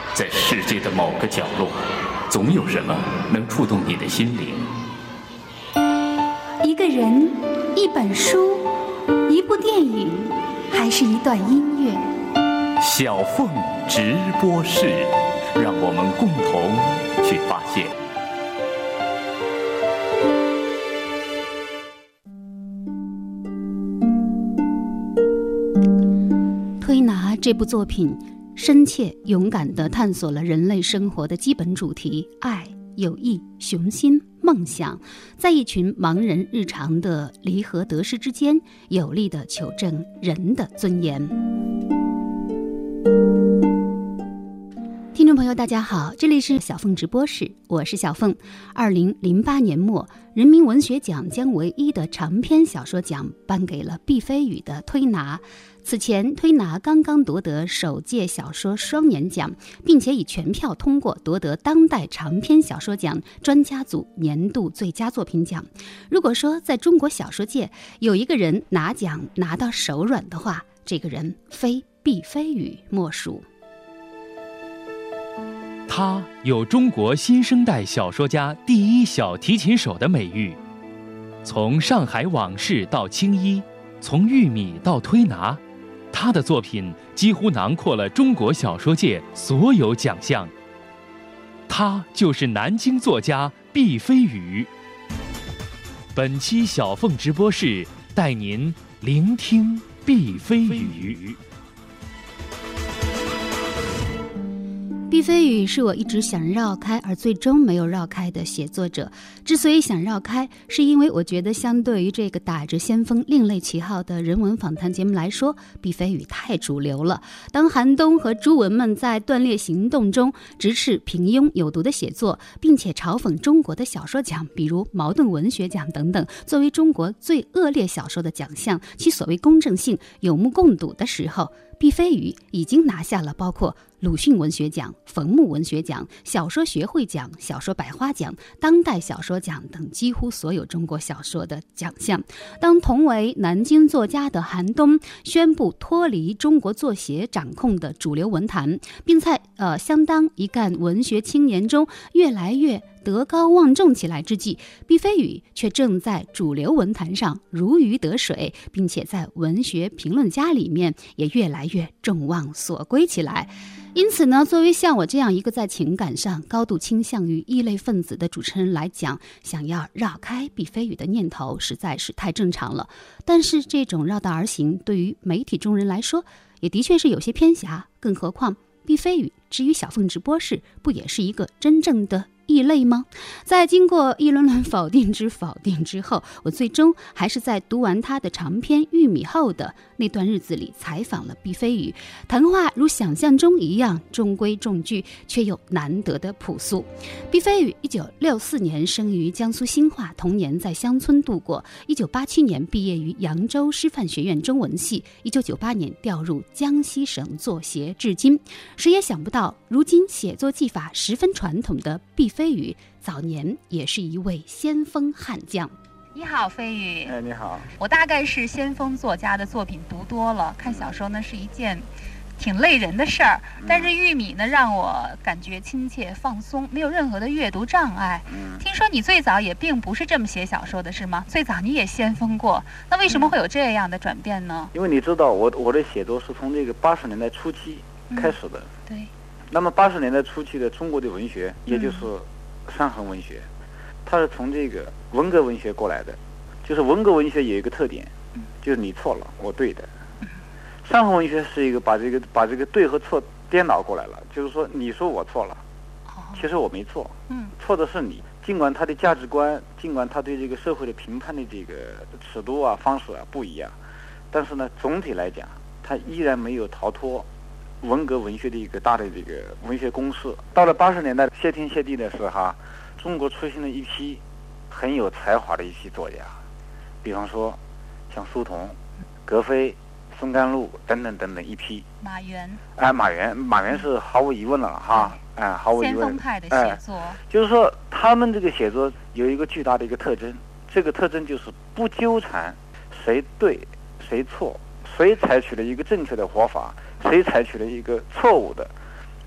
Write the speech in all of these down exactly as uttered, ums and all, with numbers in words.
在世界的某个角落，总有什么能触动你的心灵。 一个人，一本书，一部电影，还是一段音乐。 小凤直播室，让我们共同去发现。 推拿这部作品深切勇敢地探索了人类生活的基本主题：爱、友谊、雄心、梦想，在一群盲人日常的离合得失之间，有力地求证人的尊严。听众朋友大家好，这里是小凤直播室，我是小凤。二零零八年末，人民文学奖将唯一的长篇小说奖颁给了毕飞宇的《推拿》。此前，《推拿》刚刚夺得首届小说双年奖，并且以全票通过夺得当代长篇小说奖专家组年度最佳作品奖。如果说在中国小说界有一个人拿奖拿到手软的话，这个人非毕飞宇莫属。 他有中国新生代小说家第一小提琴手的美誉，从上海往事到青衣，从玉米到推拿，他的作品几乎囊括了中国小说界所有奖项。他就是南京作家毕飞宇。本期小凤直播室带您聆听毕飞宇。 毕飞宇是我一直想绕开而最终没有绕开的写作者。之所以想绕开，是因为我觉得相对于这个打着先锋另类旗号的人文访谈节目来说，毕飞宇太主流了。当韩东和朱文们在断裂行动中直斥平庸有毒的写作，并且嘲讽中国的小说奖，比如茅盾文学奖等等，作为中国最恶劣小说的奖项，其所谓公正性有目共睹的时候，毕飞宇已经拿下了包括鲁迅文学奖、冯木文学奖、小说学会奖、小说百花奖、当代小说奖等几乎所有中国小说的奖项。当同为南京作家的韩东宣布脱离中国作协掌控的主流文坛，并在呃相当一干文学青年中越来越德高望重起来之际，毕飞宇却正在主流文坛上如鱼得水，并且在文学评论家里面也越来越众望所归起来。因此呢，作为像我这样一个在情感上高度倾向于异类分子的主持人来讲，想要绕开毕飞宇的念头实在是太正常了。但是这种绕道而行对于媒体中人来说也的确是有些偏狭，更何况毕飞宇至于小凤直播室不也是一个真正的异类吗？在经过一轮轮否定之否定之后，我最终还是在读完他的长篇《玉米》后的那段日子里采访了毕飞宇。谈话如想象中一样中规中矩，却又难得的朴素。毕飞宇一九六四年生于江苏兴化，童年在乡村度过。一九八七年毕业于扬州师范学院中文系，一九九八年调入江西省作协，至今。谁也想不到，如今写作技法十分传统的毕飞宇飞宇早年也是一位先锋悍将。 你好，飞宇。 哎，你好。 我大概是先锋作家的作品读多了，看小说呢是一件挺累人的事儿，嗯、但是玉米呢让我感觉亲切放松，没有任何的阅读障碍。嗯、听说你最早也并不是这么写小说的，是吗？最早你也先锋过，那为什么会有这样的转变呢？ 因为你知道，我我的写作是从这个八十年代初期开始的。 嗯、对。 那么八十年代初期的中国的文学，也就是伤痕文学，它是从这个文革文学过来的。就是文革文学有一个特点，就是你错了，我对的。伤痕文学是一个把这个把这个对和错颠倒过来了，就是说你说我错了，其实我没错，错的是你。尽管他的价值观，尽管他对这个社会的评判的这个尺度啊、方式啊不一样，但是呢，总体来讲，他依然没有逃脱文革文学的一个大的这个文学公式。到了八十年代谢天谢地的时候哈，中国出现了一批很有才华的一批作家，比方说像苏童、格非、孙甘露等等等等一批。 马原。 哎，马原，马原是毫无疑问了哈，哎，毫无疑问。 先锋派的写作、 哎，就是说他们这个写作有一个巨大的一个特征，这个特征就是不纠缠谁对谁错，谁采取了一个正确的活法，谁采取了一个错误的，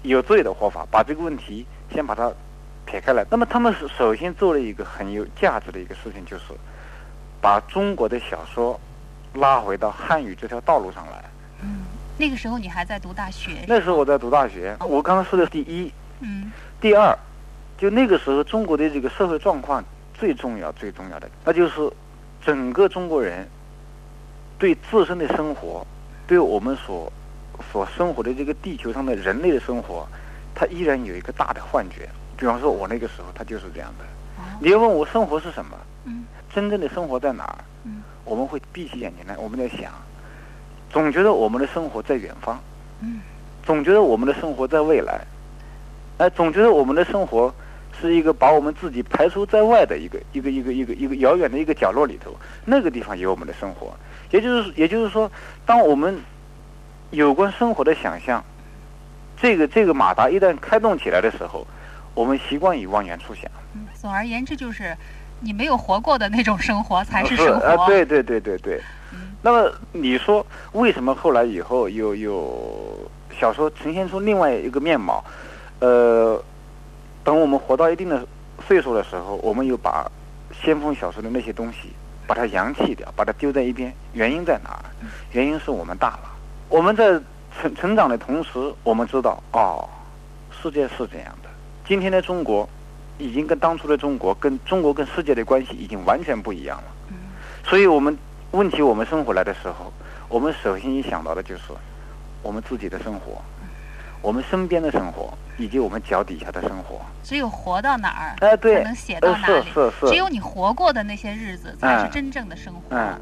有罪的活法，把这个问题先把它撇开来。那么他们首先做了一个很有价值的一个事情，就是把中国的小说拉回到汉语这条道路上来。 嗯，那个时候你还在读大学？ 那时候我在读大学。我刚才说的第一， 嗯， 第二，就那个时候中国的这个社会状况最重要最重要的，那就是整个中国人对自身的生活，对我们所所生活的这个地球上的人类的生活，他依然有一个大的幻觉。比方说我那个时候他就是这样的。你要问我生活是什么， 嗯， 真正的生活在哪儿？ 嗯， 我们会闭起眼睛来，我们在想，总觉得我们的生活在远方， 嗯， 总觉得我们的生活在未来，哎，总觉得我们的生活是一个把我们自己排除在外的一个一个一个一个一个遥远的一个角落里头，那个地方有我们的生活。也就是也就是说，当我们有关生活的想象，这个这个马达一旦开动起来的时候，我们习惯于望远处想。 嗯，总而言之，就是你没有活过的那种生活才是生活。 啊，对对对对对。 嗯， 那么你说为什么后来以后又又小说呈现出另外一个面貌？呃，等我们活到一定的岁数的时候，我们又把先锋小说的那些东西把它扬弃掉，把它丢在一边。原因在哪儿？原因是我们大了。我们在成成长的同时，我们知道哦，世界是这样的。今天的中国已经跟当初的中国，跟中国跟世界的关系已经完全不一样了。所以我们问起我们生活来的时候，我们首先一想到的就是我们自己的生活，我们身边的生活，以及我们脚底下的生活。 只有活到哪儿， 哎，对， 才能写到哪里。 呃、是是是。 只有你活过的那些日子，才是真正的生活。 嗯。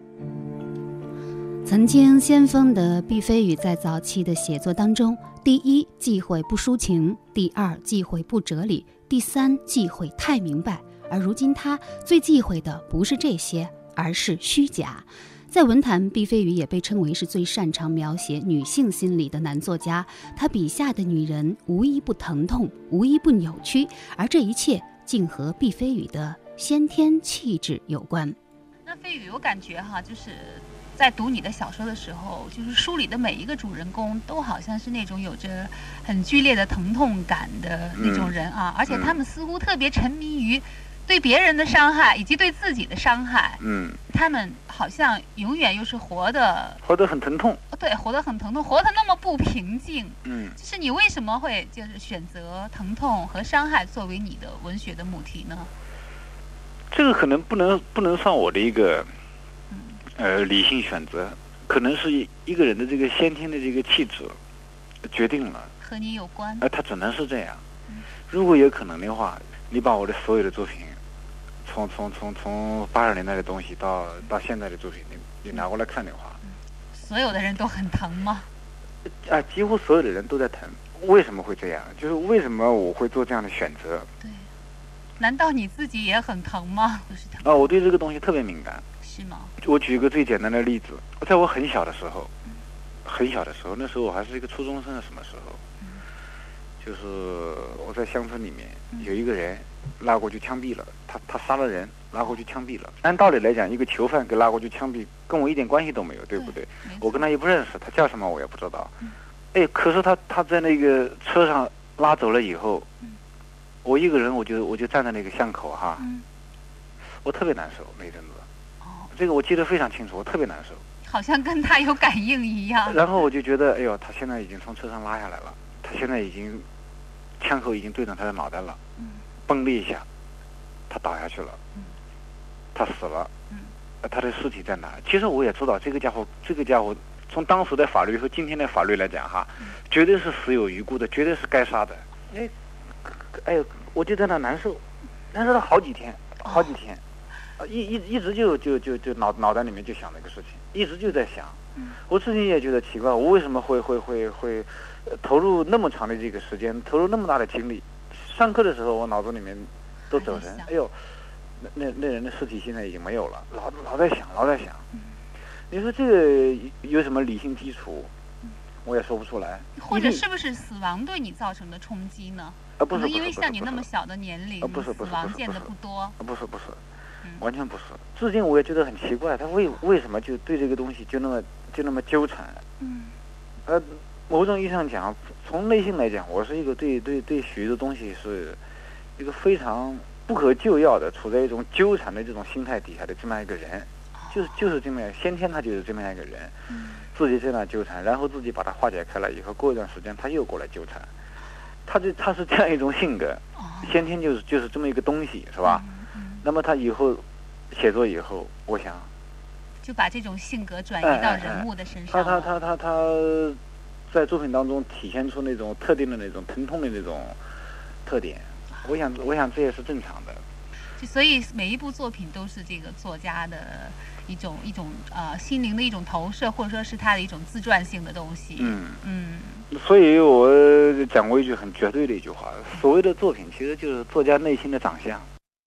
曾经先锋的毕飞宇在早期的写作当中，第一忌讳不抒情，第二忌讳不哲理，第三忌讳太明白。而如今他最忌讳的不是这些，而是虚假。在文坛，毕飞宇也被称为是最擅长描写女性心理的男作家。他笔下的女人无一不疼痛，无一不扭曲，而这一切竟和毕飞宇的先天气质有关。 那飞宇，我感觉哈，就是在读你的小说的时候，就是书里的每一个主人公都好像是那种有着很剧烈的疼痛感的那种人啊，嗯、而且他们似乎特别沉迷于对别人的伤害以及对自己的伤害。 嗯， 他们好像永远又是活的活得很疼痛。 对，活得很疼痛，活得那么不平静。 嗯， 就是你为什么会就是选择疼痛和伤害作为你的文学的母题呢？ 这个可能不能不能算我的一个呃理性选择，可能是一个人的这个先天的这个气质决定了， 和你有关。 呃，他只能是这样。如果有可能的话，你把我的所有的作品，从从从从八十年代的东西到到现在的作品，你你拿过来看的话， 所有的人都很疼吗？ 啊，几乎所有的人都在疼。为什么会这样？就是为什么我会做这样的选择？ 对，难道你自己也很疼吗？就是疼。 啊，我对这个东西特别敏感。 是吗？ 我举一个最简单的例子，在我很小的时候，嗯、很小的时候，那时候我还是一个初中生，什么时候？嗯、就是我在乡村里面、嗯、有一个人拉过去枪毙了，他他杀了人，拉过去枪毙了。按道理来讲，一个囚犯给拉过去枪毙，跟我一点关系都没有，对不对？对，我跟他也不认识，他叫什么我也不知道。嗯、哎，可是他他在那个车上拉走了以后，嗯、我一个人我就我就站在那个巷口哈，嗯、我特别难受那阵子。这个我记得非常清楚，我特别难受， 好像跟他有感应一样。 然后我就觉得，哎呦，他现在已经从车上拉下来了，他现在已经枪口已经对准他的脑袋了，嗯，嘣的一下，他倒下去了，嗯，他死了，嗯，他的尸体在哪？其实我也知道，这个家伙，这个家伙从当时的法律和今天的法律来讲，哈，嗯、绝对是死有余辜的，绝对是该杀的。哎，哎呦，我就在那难受，难受了好几天，好几天。哦一一一直就就就就脑脑袋里面就想那个事情，一直就在想。嗯、我自己也觉得奇怪，我为什么会会会会、呃、投入那么长的这个时间，投入那么大的精力？上课的时候，我脑子里面都走神，哎呦，那那那人的尸体现在已经没有了，老老在想，老在想。嗯、你说这个有什么理性基础？我也说不出来。 或者是不是死亡对你造成的冲击呢？ 啊，不是， 因为像你那么小的年龄， 啊、不是不是死亡见得不多。 啊，不是不是。完全不是，至今我也觉得很奇怪，他为为什么就对这个东西就那么就那么纠缠？嗯，呃， 某种意义上讲，从内心来讲，我是一个对对对许多东西是一个非常不可救药的，处在一种纠缠的这种心态底下的这么样一个人，就是就是这么样，先天他就是这么样一个人，自己在那纠缠，然后自己把它化解开了以后，过一段时间他又过来纠缠，他这他是这样一种性格，先天就是就是这么一个东西，是吧？那么他以后写作以后，我想就把这种性格转移到人物的身上。 他他他他他在作品当中体现出那种特定的那种疼痛的那种特点，我想我想这也是正常的。 所以每一部作品都是这个作家的一种一种呃心灵的一种投射，或者说是他的一种自传性的东西。 嗯嗯。 所以我讲过一句很绝对的一句话：所谓的作品，其实就是作家内心的长相。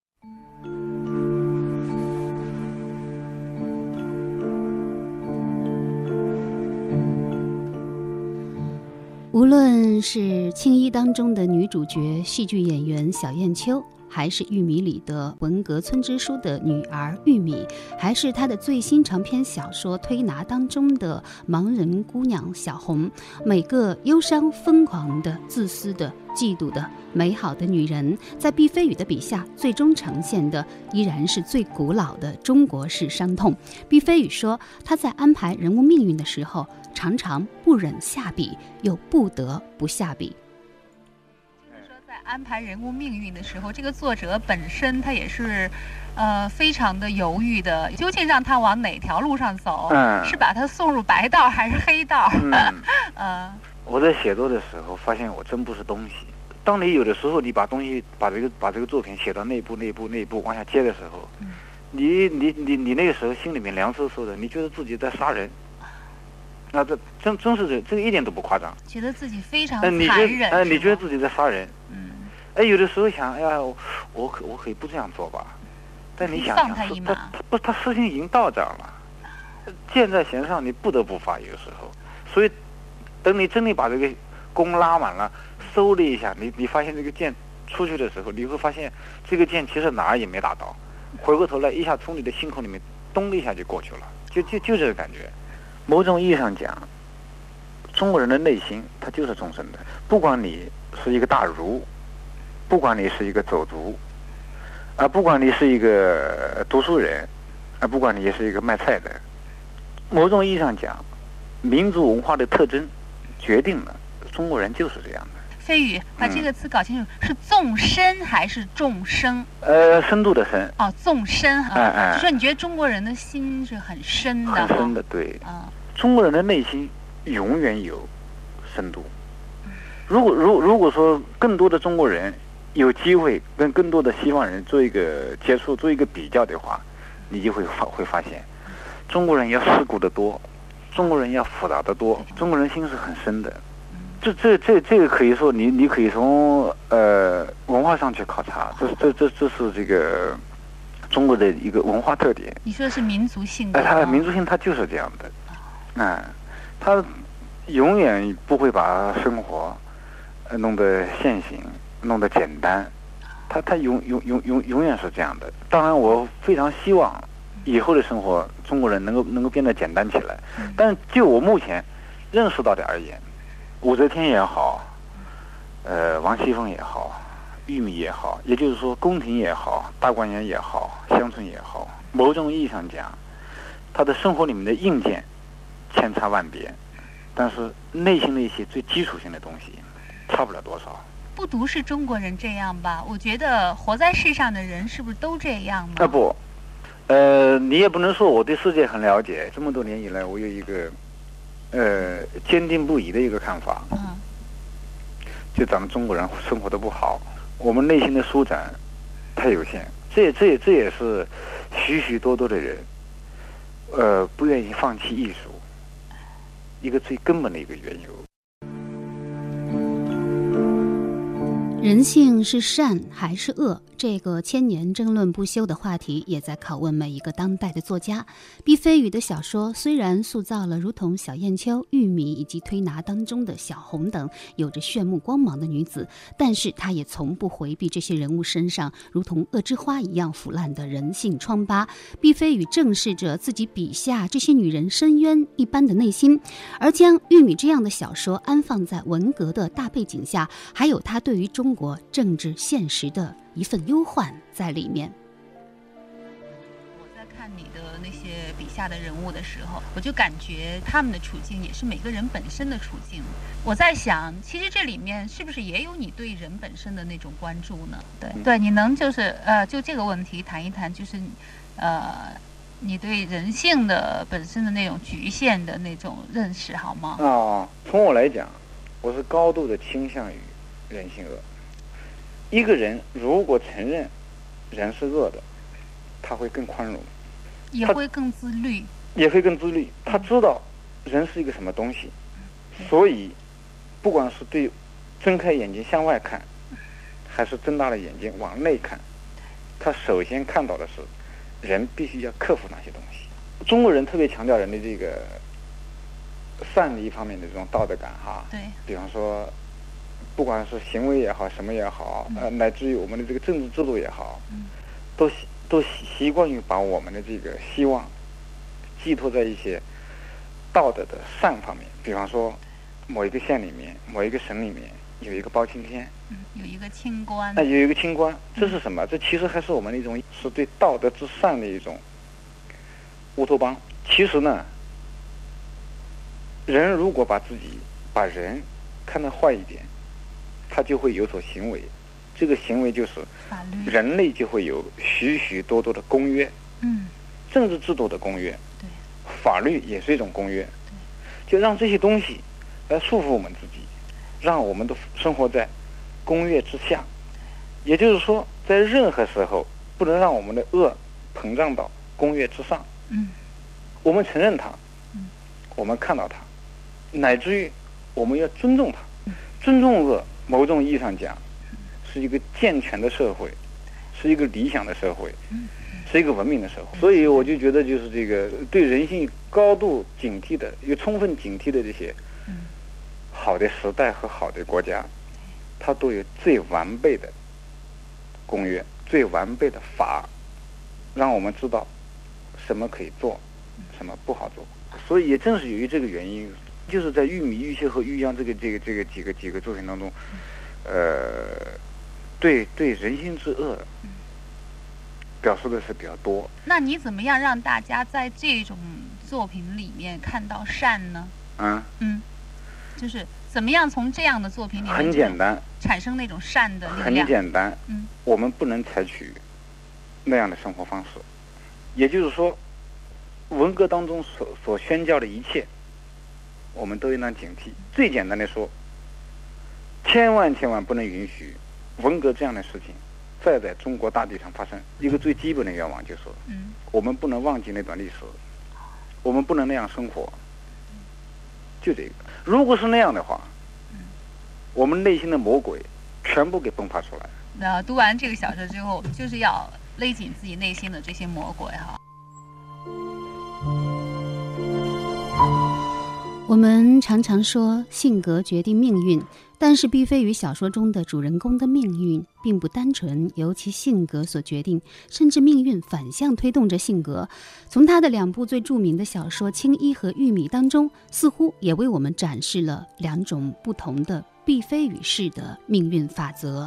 无论是《青衣》当中的女主角戏剧演员小燕秋，还是《玉米》里的文革村支书的女儿玉米，还是她的最新长篇小说《推拿》当中的盲人姑娘小红，每个忧伤、疯狂的、自私的、嫉妒的、美好的女人，在毕飞宇的笔下，最终呈现的依然是最古老的中国式伤痛。毕飞宇说，他在安排人物命运的时候，常常不忍下笔，又不得不下笔。 安排人物命运的时候，这个作者本身他也是呃非常的犹豫的，究竟让他往哪条路上走， 嗯、 是把他送入白道还是黑道？ 嗯呃、 我在写作的时候发现我真不是东西。当你有的时候你把东西把这个把这个作品写到内部内部内部往下接的时候，嗯、你你你你那个时候心里面凉飕飕的，你觉得自己在杀人。那这真真是这这个一点都不夸张， 觉得自己非常残忍。哎、呃，你觉得自己在杀人？ 嗯。 哎，有的时候想，哎呀，我我可我可以不这样做吧？但你想想， 他他他不，他事情已经到这儿了，箭在弦上，你不得不发。有时候，所以等你真的把这个弓拉满了，收了一下，你你发现这个箭出去的时候，你会发现这个箭其实哪儿也没打到，回过头来一下从你的心口里面咚的一下就过去了，就就就这个感觉。某种意义上讲，中国人的内心它就是众生的，不管你是一个大儒。不管你是一个走卒，啊，不管你是一个读书人，啊，不管你是一个卖菜的，某种意义上讲，民族文化的特征决定了中国人就是这样的。 飞宇，把这个词搞清楚，嗯、是纵深还是众生？ 呃，深度的深。 哦，纵深哈。 哎哎。 就说你觉得中国人的心是很深的。 很深的，对。 啊、嗯。 中国人的内心永远有深度。如果如如果说更多的中国人有机会跟更多的西方人做一个接触，做一个比较的话，你就会发会发现，中国人要世故的多，中国人要复杂的多，中国人心是很深的。这这这这个可以说，你你可以从呃文化上去考察，这这这这是这个中国的一个文化特点。 你说的是民族性的？ 哎，它的民族性它就是这样的，嗯，它永远不会把生活呃弄得现行。弄得简单，他他永永永永永远是这样的。当然，我非常希望以后的生活，中国人能够能够变得简单起来。但就我目前认识到的而言，武则天也好，呃，王熙凤也好，玉米也好，也就是说宫廷也好，大观园也好，乡村也好，某种意义上讲，他的生活里面的硬件千差万别，但是内心的一些最基础性的东西差不了多少。 不独是中国人这样吧，我觉得活在世上的人是不是都这样呢？ 啊不，呃，你也不能说我对世界很了解。这么多年以来，我有一个呃坚定不移的一个看法， 嗯， 就咱们中国人生活的不好，我们内心的舒展太有限，这也这也这也是许许多多的人呃不愿意放弃艺术一个最根本的一个缘由。 人性是善还是恶？这个千年争论不休的话题，也在拷问每一个当代的作家。毕飞宇的小说虽然塑造了如同小燕秋、玉米以及推拿当中的小红等有着炫目光芒的女子，但是他也从不回避这些人物身上如同恶之花一样腐烂的人性疮疤。毕飞宇正视着自己笔下这些女人深渊一般的内心，而将玉米这样的小说安放在文革的大背景下，还有他对于中国政治现实的一份忧患在里面。 我在看你的那些笔下的人物的时候，我就感觉他们的处境也是每个人本身的处境。我在想，其实这里面是不是也有你对人本身的那种关注呢？对，嗯、对，你能就是呃，就这个问题谈一谈，就是呃，你对人性的本身的那种局限的那种认识，好吗？ 啊，从我来讲，我是高度的倾向于人性恶。一个人如果承认人是恶的，他会更宽容， 也会更自律， 也会更自律。他知道人是一个什么东西，所以不管是对睁开眼睛向外看，还是睁大了眼睛往内看，他首先看到的是人必须要克服哪些东西。中国人特别强调人的这个善的一方面的这种道德感哈， 对， 比方说不管是行为也好，什么也好，呃，乃至于我们的这个政治制度也好，嗯、都习都习习惯于把我们的这个希望寄托在一些道德的善方面。比方说，某一个县里面，某一个省里面有一个包青天， 嗯，有一个清官， 那、呃、有一个清官，这是什么？这其实还是我们的一种是对道德之善的一种乌托邦。其实呢，人如果把自己把人看得坏一点，他就会有所行为，这个行为就是人类就会有许许多多的公约，嗯，政治制度的公约， 对， 法律也是一种公约，对，就让这些东西来束缚我们自己，让我们都生活在公约之下。也就是说，在任何时候不能让我们的恶膨胀到公约之上。嗯，我们承认它，嗯，我们看到它，乃至于我们要尊重它，尊重恶。某种意义上讲，是一个健全的社会，是一个理想的社会，是一个文明的社会。所以我就觉得，就是这个对人性高度警惕的、有充分警惕的这些好的时代和好的国家，它都有最完备的公约、最完备的法，让我们知道什么可以做，什么不好做。所以也正是由于这个原因，就是在玉米、玉屑和玉秧这个这个这个几个几个作品当中，呃，对对人性之恶表示的是比较多。 那你怎么样让大家在这种作品里面看到善呢？嗯嗯，就是怎么样从这样的作品里面很简单产生那种善的力量？很简单，嗯，我们不能采取那样的生活方式，也就是说，文革当中所所宣教的一切，我们都应当警惕。最简单的说，千万千万不能允许文革这样的事情再在中国大地上发生。一个最基本的愿望就是，嗯，我们不能忘记那段历史，我们不能那样生活，就这个。如果是那样的话，嗯，我们内心的魔鬼全部给迸发出来。 那读完这个小说之后，我们就是要勒紧自己内心的这些魔鬼哈。 我们常常说性格决定命运，但是毕飞宇小说中的主人公的命运并不单纯由其性格所决定，甚至命运反向推动着性格。从他的两部最著名的小说《青衣》和《玉米》当中，似乎也为我们展示了两种不同的毕飞宇式的命运法则。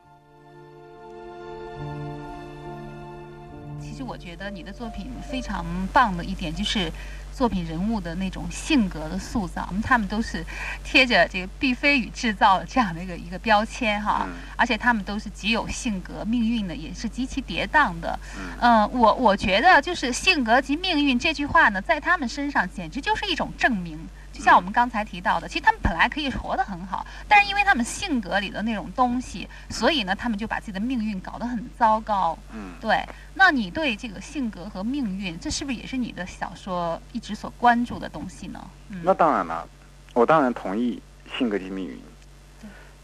其实我觉得你的作品非常棒的一点就是作品人物的那种性格的塑造，他们都是贴着这个毕飞宇制造这样的一个一个标签哈，嗯、而且他们都是极有性格，命运呢也是极其跌宕的。嗯、呃，我我觉得就是性格及命运这句话呢，在他们身上简直就是一种证明。就像我们刚才提到的，其实他们本来可以活得很好，但是因为他们性格里的那种东西，所以呢，他们就把自己的命运搞得很糟糕。嗯，对。那你对这个性格和命运，这是不是也是你的小说一直所关注的东西呢？嗯， 那当然了，我当然同意性格及命运。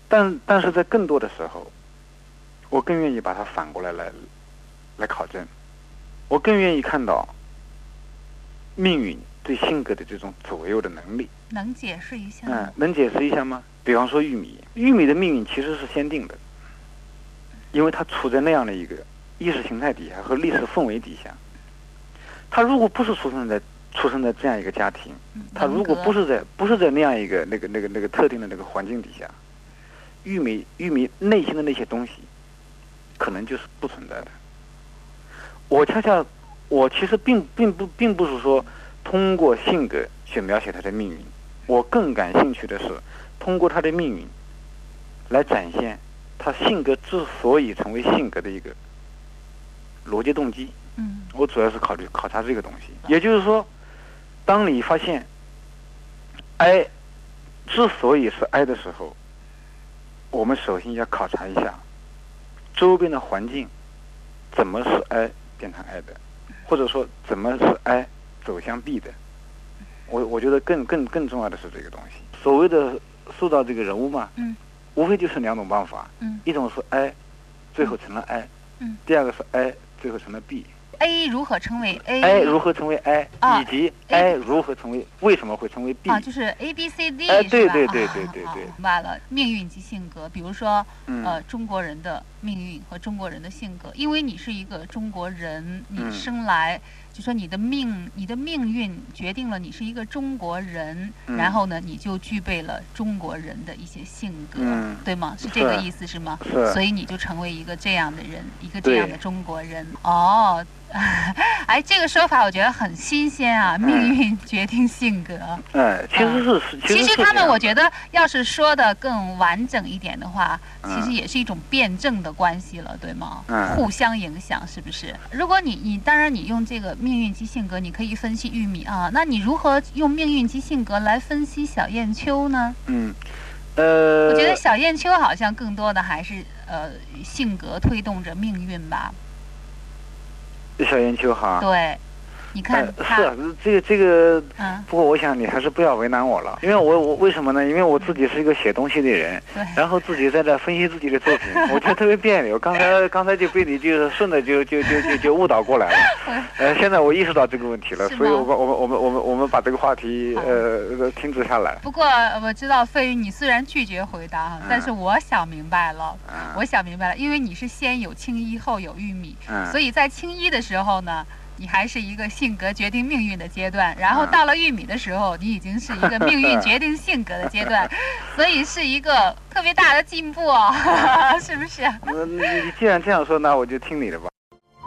但但是在更多的时候，我更愿意把它反过来来来考证，我更愿意看到命运对性格的这种左右的能力。 能解释一下吗？ 嗯，能解释一下吗？比方说玉米，玉米的命运其实是先定的，因为它处在那样的一个意识形态底下和历史氛围底下。他如果不是出生在出生在这样一个家庭，他如果不是在不是在那样一个那个那个那个特定的那个环境底下，玉米玉米内心的那些东西，可能就是不存在的。我恰恰我其实并并不并不是说通过性格去描写他的命运，我更感兴趣的是通过他的命运来展现他性格之所以成为性格的一个逻辑动机。 嗯， 我主要是考虑考察这个东西。也就是说，当你发现哀之所以是哀的时候，我们首先要考察一下周边的环境怎么使哀变成哀的，或者说怎么使哀走向弊的。我我觉得更更更重要的是这个东西。所谓的塑造这个人物嘛， 嗯， 无非就是两种办法， 嗯， 一种是哀，最后成了哀， 嗯， 第二个是哀，最后成了弊。 A 如何成为 A？ A 如何成为 A，、 啊、 以及 A 如何成为为什么会成为 B？ 啊，就是 A B C D， 哎，对对对对对对对， 明白了。命运及性格，比如说， 嗯、 呃，中国人的命运和中国人的性格，因为你是一个中国人，你生来、嗯、就说你的命，你的命运决定了你是一个中国人， 嗯、 然后呢，你就具备了中国人的一些性格， 嗯、 对吗？是这个意思是吗？ 是。 所以你就成为一个这样的人，一个这样的中国人。哦。哎，这个说法我觉得很新鲜啊！命运决定性格。 哎，其实是，嗯、 其实他们我觉得，要是说的更完整一点的话， 嗯、 其实也是一种辩证的关系了，对吗？ 嗯， 互相影响，是不是？如果你你当然你用这个命运及性格，你可以分析玉米啊，那你如何用命运及性格来分析小燕秋呢？ 嗯，呃， 我觉得小燕秋好像更多的还是呃性格推动着命运吧。 小燕秋哈， 对，你看、 呃、是啊，这个这个， 嗯， 不过我想你还是不要为难我了，因为我我为什么呢？因为我自己是一个写东西的人， 对， 然后自己在这分析自己的作品，我觉得特别别扭。刚才刚才就被你就是顺着就就就就就误导过来了，呃，现在我意识到这个问题了，所以我们我们我们我们我们把这个话题呃停止下来。 不过我知道飞宇，你虽然拒绝回答，嗯、但是我想明白了，嗯、我想明白了，因为你是先有青衣后有玉米， 嗯、 所以在青衣的时候呢。你还是一个性格决定命运的阶段，然后到了玉米的时候，你已经是一个命运决定性格的阶段，所以是一个特别大的进步哦，是不是？ 你你既然这样说，那我就听你的吧。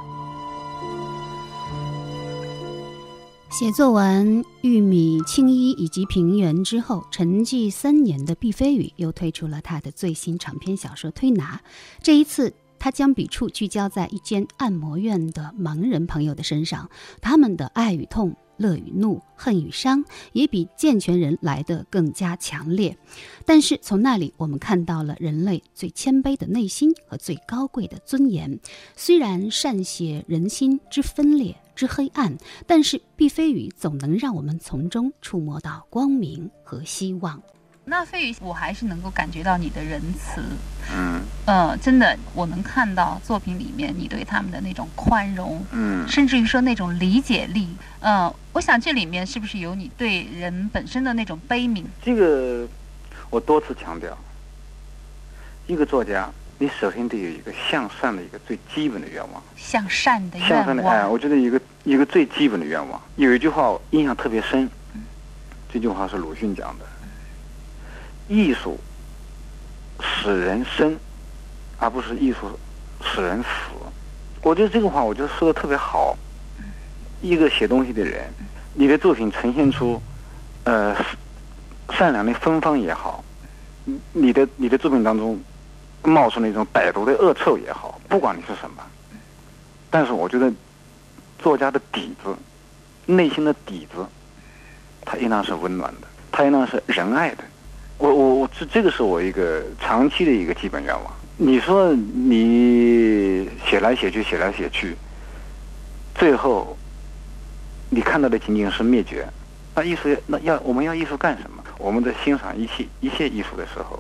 写作完《玉米》《青衣》以及《平原》之后，沉寂三年的毕飞宇又推出了他的最新长篇小说《推拿》，这一次他将笔触聚焦在一间按摩院的盲人朋友的身上，他们的爱与痛、乐与怒、恨与伤也比健全人来得更加强烈。但是从那里我们看到了人类最谦卑的内心和最高贵的尊严。虽然善写人心之分裂之黑暗，但是毕飞宇总能让我们从中触摸到光明和希望。 那飞宇，我还是能够感觉到你的仁慈， 嗯， 呃，真的，我能看到作品里面你对他们的那种宽容， 嗯， 甚至于说那种理解力，呃，我想这里面是不是有你对人本身的那种悲悯？ 这个我多次强调，一个作家，你首先得有一个向善的一个最基本的愿望， 向善的愿望，向善的哎，我觉得一个一个最基本的愿望，有一句话我印象特别深，嗯、这句话是鲁迅讲的。艺术使人生，而不是艺术使人死。我觉得这个话，我觉得说的特别好。一个写东西的人，你的作品呈现出，呃，善良的芬芳也好，你的你的作品当中冒出那种歹毒的恶臭也好，不管你是什么，但是我觉得作家的底子，内心的底子，它应当是温暖的，它应当是仁爱的。我我我这这个是我一个长期的一个基本愿望。你说你写来写去写来写去，最后你看到的仅仅是灭绝，那艺术那要我们要艺术干什么？我们在欣赏一切一切艺术的时候，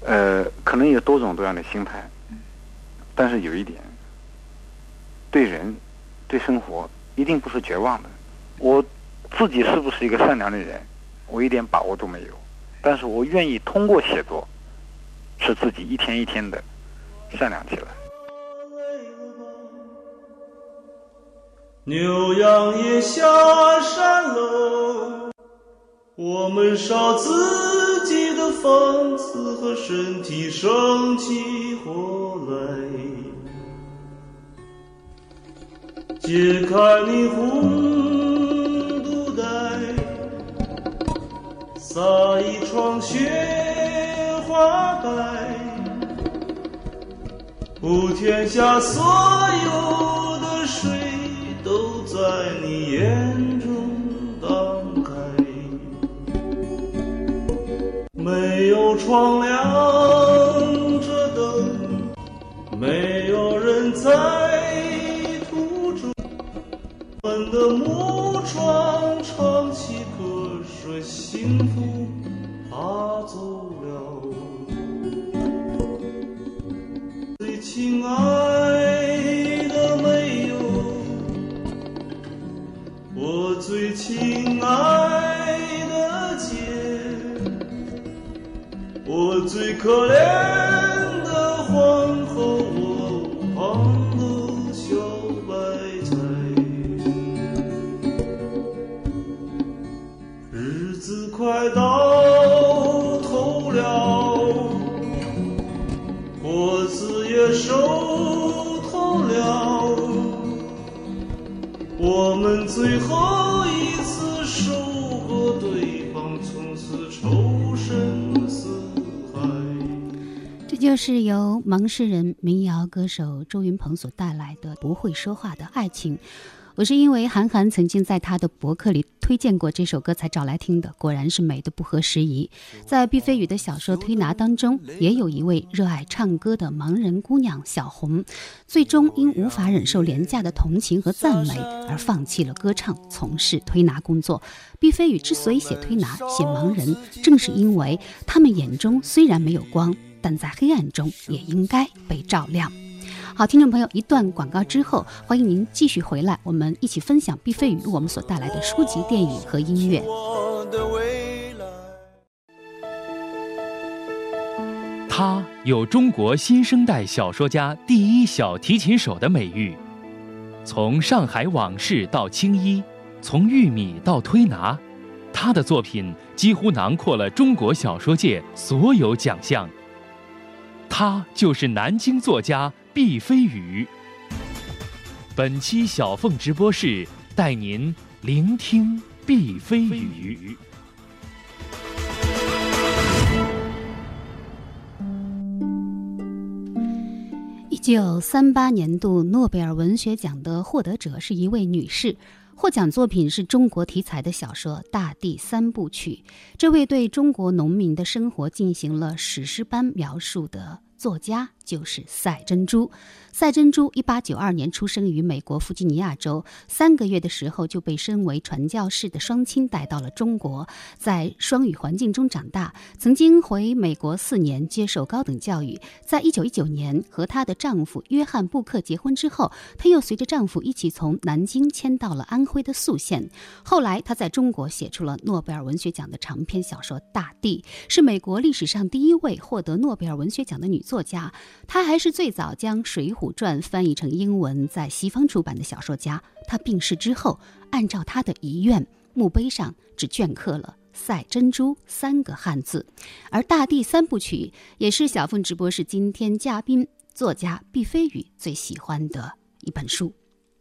呃，可能有多种多样的心态，但是有一点，对人、对生活一定不是绝望的。我自己是不是一个善良的人，我一点把握都没有，但是我愿意通过写作，使自己一天一天的善良起来。 牛羊也下山了，我们烧自己的房子和身体，生起火来。解开你红肚带，撒一床雪花白，普天下所有的水都在你眼中荡开，没有窗亮着灯，没有人在途中，我们的木窗唱起歌，说幸福爬走了。最亲爱的没有，我最亲爱的姐，我最可怜的皇后，我旁的小白菜。日子快到头了，果子也熟透了，我们最后一次收获对方，从此仇深似海。 这就是由盲诗人、民谣歌手周云鹏所带来的《不会说话的爱情》。我是因为韩寒曾经在他的博客里推荐过这首歌才找来听的，果然是美得不合时宜。在毕飞宇的小说《推拿》当中，也有一位热爱唱歌的盲人姑娘小红，最终因无法忍受廉价的同情和赞美而放弃了歌唱，从事推拿工作。毕飞宇之所以写推拿、写盲人，正是因为他们眼中虽然没有光，但在黑暗中也应该被照亮。好，听众朋友，一段广告之后，欢迎您继续回来，我们一起分享毕飞宇为我们所带来的书籍、电影和音乐。 他有中国新生代小说家第一小提琴手的美誉，从上海往事到青衣，从玉米到推拿，他的作品几乎囊括了中国小说界所有奖项。他就是南京作家毕飞宇。本期小凤直播室带您聆听毕飞宇。 一九三八年度诺贝尔文学奖的获得者是一位女士，获奖作品是中国题材的小说《大地三部曲》。这位对中国农民的生活进行了史诗般描述的作家就是赛珍珠。赛珍珠一八九二年出生于美国弗吉尼亚州，三个月的时候就被身为传教士的双亲带到了中国，在双语环境中长大，曾经回美国四年接受高等教育。在一九一九年和她的丈夫约翰布克结婚之后，她又随着丈夫一起从南京迁到了安徽的宿县。后来她在中国写出了诺贝尔文学奖的长篇小说《大地》，是美国历史上第一位获得诺贝尔文学奖的女作家。她还是最早将《水浒传》翻译成英文在西方出版的小说家。她病逝之后，按照她的遗愿，墓碑上只镌刻了赛珍珠三个汉字。而《大地三部曲》也是小凤直播室今天嘉宾作家毕飞宇最喜欢的一本书。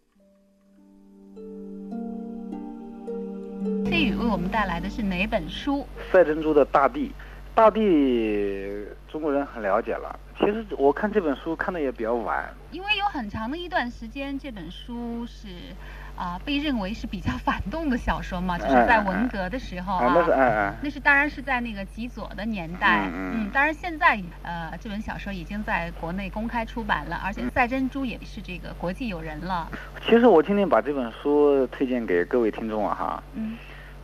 飞宇为我们带来的是哪本书？ 赛珍珠的《大地》。大地中国人很了解了，其实我看这本书看的也比较晚， 因为有很长的一段时间这本书是啊、呃、被认为是比较反动的小说嘛，就是在文革的时候啊， 哎哎那是哎哎， 那是当然是在那个极左的年代， 嗯嗯，当然现在呃这本小说已经在国内公开出版了，而且赛珍珠也是这个国际友人了。 其实我今天把这本书推荐给各位听众啊哈， 嗯，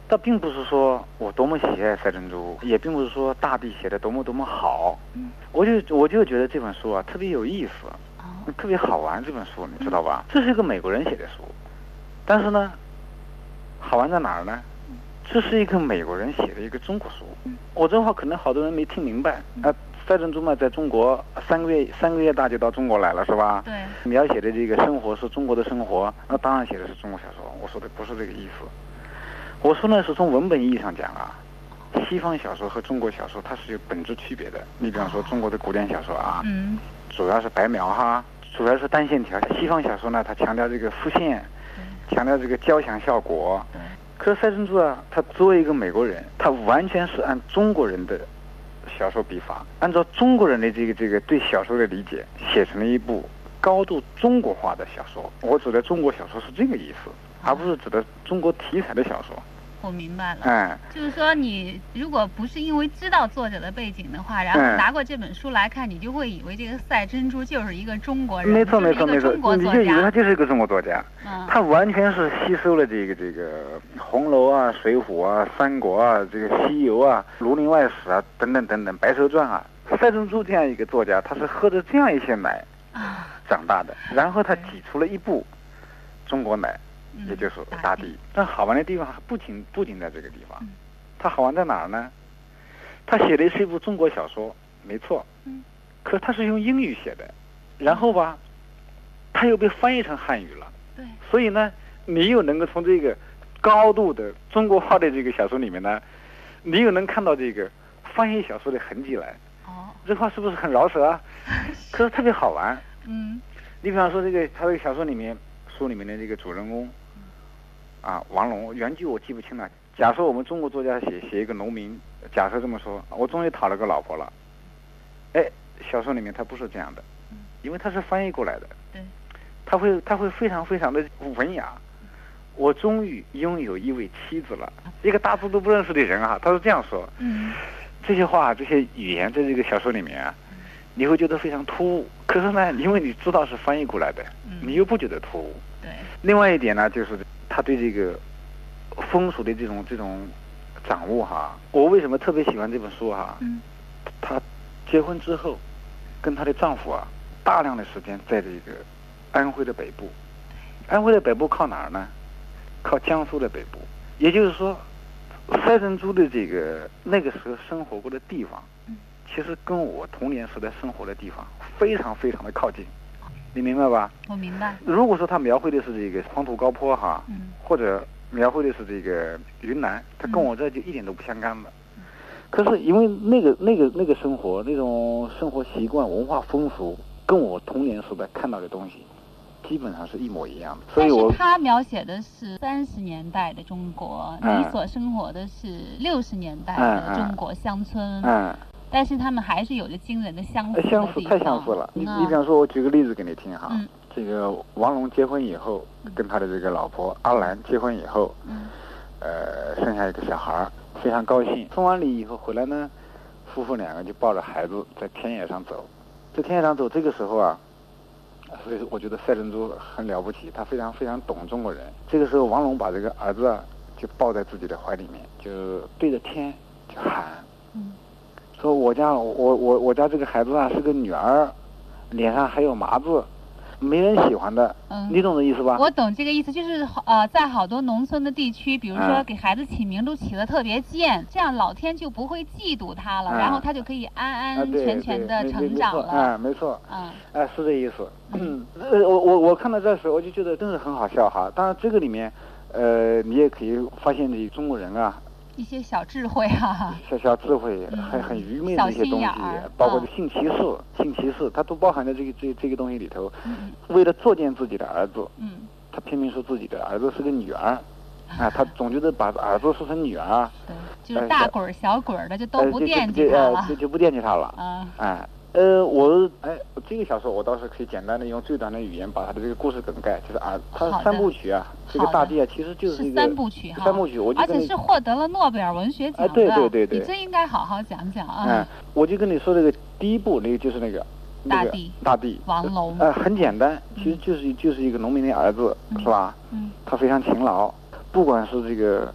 倒并不是说我多么喜爱赛珍珠，也并不是说大地写的多么多么好， 嗯， 我就我就觉得这本书啊特别有意思， 哦， 特别好玩。这本书你知道吧？这是一个美国人写的书，但是呢，好玩在哪儿呢？这是一个美国人写的一个中国书。我这话可能好多人没听明白啊。赛珍珠嘛，在中国三个月三个月大就到中国来了，是吧？ 对。 描写的这个生活是中国的生活，那当然写的是中国小说。我说的不是这个意思。我说呢，是从文本意义上讲啊，西方小说和中国小说它是有本质区别的。你比方说中国的古典小说啊， 嗯， 主要是白描哈，主要是单线条。西方小说呢，它强调这个复现，强调这个交响效果。 对。 可是赛珍珠啊，他作为一个美国人，他完全是按中国人的小说笔法，按照中国人的这个这个对小说的理解，写成了一部高度中国化的小说。我指的中国小说是这个意思，而不是指的中国题材的小说。 我明白了， 嗯， 就是说你如果不是因为知道作者的背景的话，然后拿过这本书来看，你就会以为这个赛珍珠就是一个中国人， 没错没错没错，你就以为他就是一个中国作家， 嗯， 他完全是吸收了这个这个红楼啊、水浒啊、三国啊、这个西游啊、儒林外史啊等等等等、白蛇传啊。赛珍珠这样一个作家，他是喝着这样一些奶长大的，然后他挤出了一部中国奶。也就是大地，但好玩的地方不仅不仅在这个地方，它好玩在哪儿呢？他写的是一部中国小说，没错， 嗯， 可是他是用英语写的，然后吧，他又被翻译成汉语了， 对， 所以呢，你又能够从这个高度的中国化的这个小说里面呢，你又能看到这个翻译小说的痕迹来。 哦， 这话是不是很饶舌啊？可是特别好玩。 嗯， 你比方说这个他这个小说里面，书里面的这个主人公。啊，王龙，原句我记不清了。假设我们中国作家写写一个农民，假设这么说，我终于讨了个老婆了。哎，小说里面他不是这样的，因为他是翻译过来的。 对， 他会他会非常非常的文雅。我终于拥有一位妻子了，一个大字都不认识的人啊，他是这样说。 嗯， 这些话这些语言在这个小说里面啊，你会觉得非常突兀。可是呢，因为你知道是翻译过来的，你又不觉得突兀。 对。 另外一点呢，就是他对这个风俗的这种这种掌握哈，我为什么特别喜欢这本书哈？ 嗯， 她结婚之后，跟她的丈夫啊，大量的时间在这个安徽的北部。安徽的北部靠哪儿呢？靠江苏的北部。也就是说，赛珍珠的这个那个时候生活过的地方，其实跟我童年时代生活的地方非常非常的靠近。你明白吧？ 我明白。 如果说他描绘的是这个黄土高坡哈， 嗯， 或者描绘的是这个云南，他跟我这就一点都不相干了。嗯、可是因为那个那个那个生活那种生活习惯、文化风俗，跟我童年时代看到的东西，基本上是一模一样的。所以我但是他描写的是三十年代的中国， 嗯、 你所生活的是六十年代的中国乡村。 嗯。嗯但是他们还是有着惊人的相似的地方。 相似太相似了。你你比方说，我举个例子给你听哈。嗯。这个王龙结婚以后，跟他的这个老婆阿兰结婚以后， 嗯， 呃，生下一个小孩，非常高兴。送完礼以后回来呢，夫妇两个就抱着孩子在田野上走。在田野上走，这个时候啊，所以我觉得赛珍珠很了不起，他非常非常懂中国人。这个时候，王龙把这个儿子啊就抱在自己的怀里面，就对着天就喊。 嗯。 说我家我我我家这个孩子啊是个女儿，脸上还有麻子，没人喜欢的。嗯，你懂这意思吧？ 我懂这个意思，就是呃，在好多农村的地区，比如说给孩子起名都起得特别贱，嗯、这样老天就不会嫉妒他了，嗯、然后他就可以安安全全的成长了。 啊，没错。 嗯， 哎、啊，是这意思。嗯，呃，我我我看到这时候我就觉得真是很好笑哈。当然这个里面，呃，你也可以发现这中国人啊。 一些小智慧啊， 小小智慧，嗯、很很愚昧的一些东西，包括性歧视、嗯、性歧视，它都包含在这个这这个东西里头。 嗯、 为了作践自己的儿子， 嗯， 他偏偏说自己的儿子是个女儿，啊，他总觉得把儿子说成女儿， 对，就是大滚儿小滚儿的就都不惦记他了， 就就不惦记他了， 啊， 哎。呃，我哎，这个小说我倒是可以简单的用最短的语言把它的这个故事梗概，就是啊，它三部曲啊，这个大地啊，其实就是一个三部曲哈， 三部曲，我就而且是获得了诺贝尔文学奖的， 哎，对对对对， 你真应该好好讲讲啊。 嗯，我就跟你说这个第一部那个就是那个大地， 大地， 王龙， 呃，很简单，其实就是就是一个农民的儿子，是吧？ 嗯， 他非常勤劳，不管是这个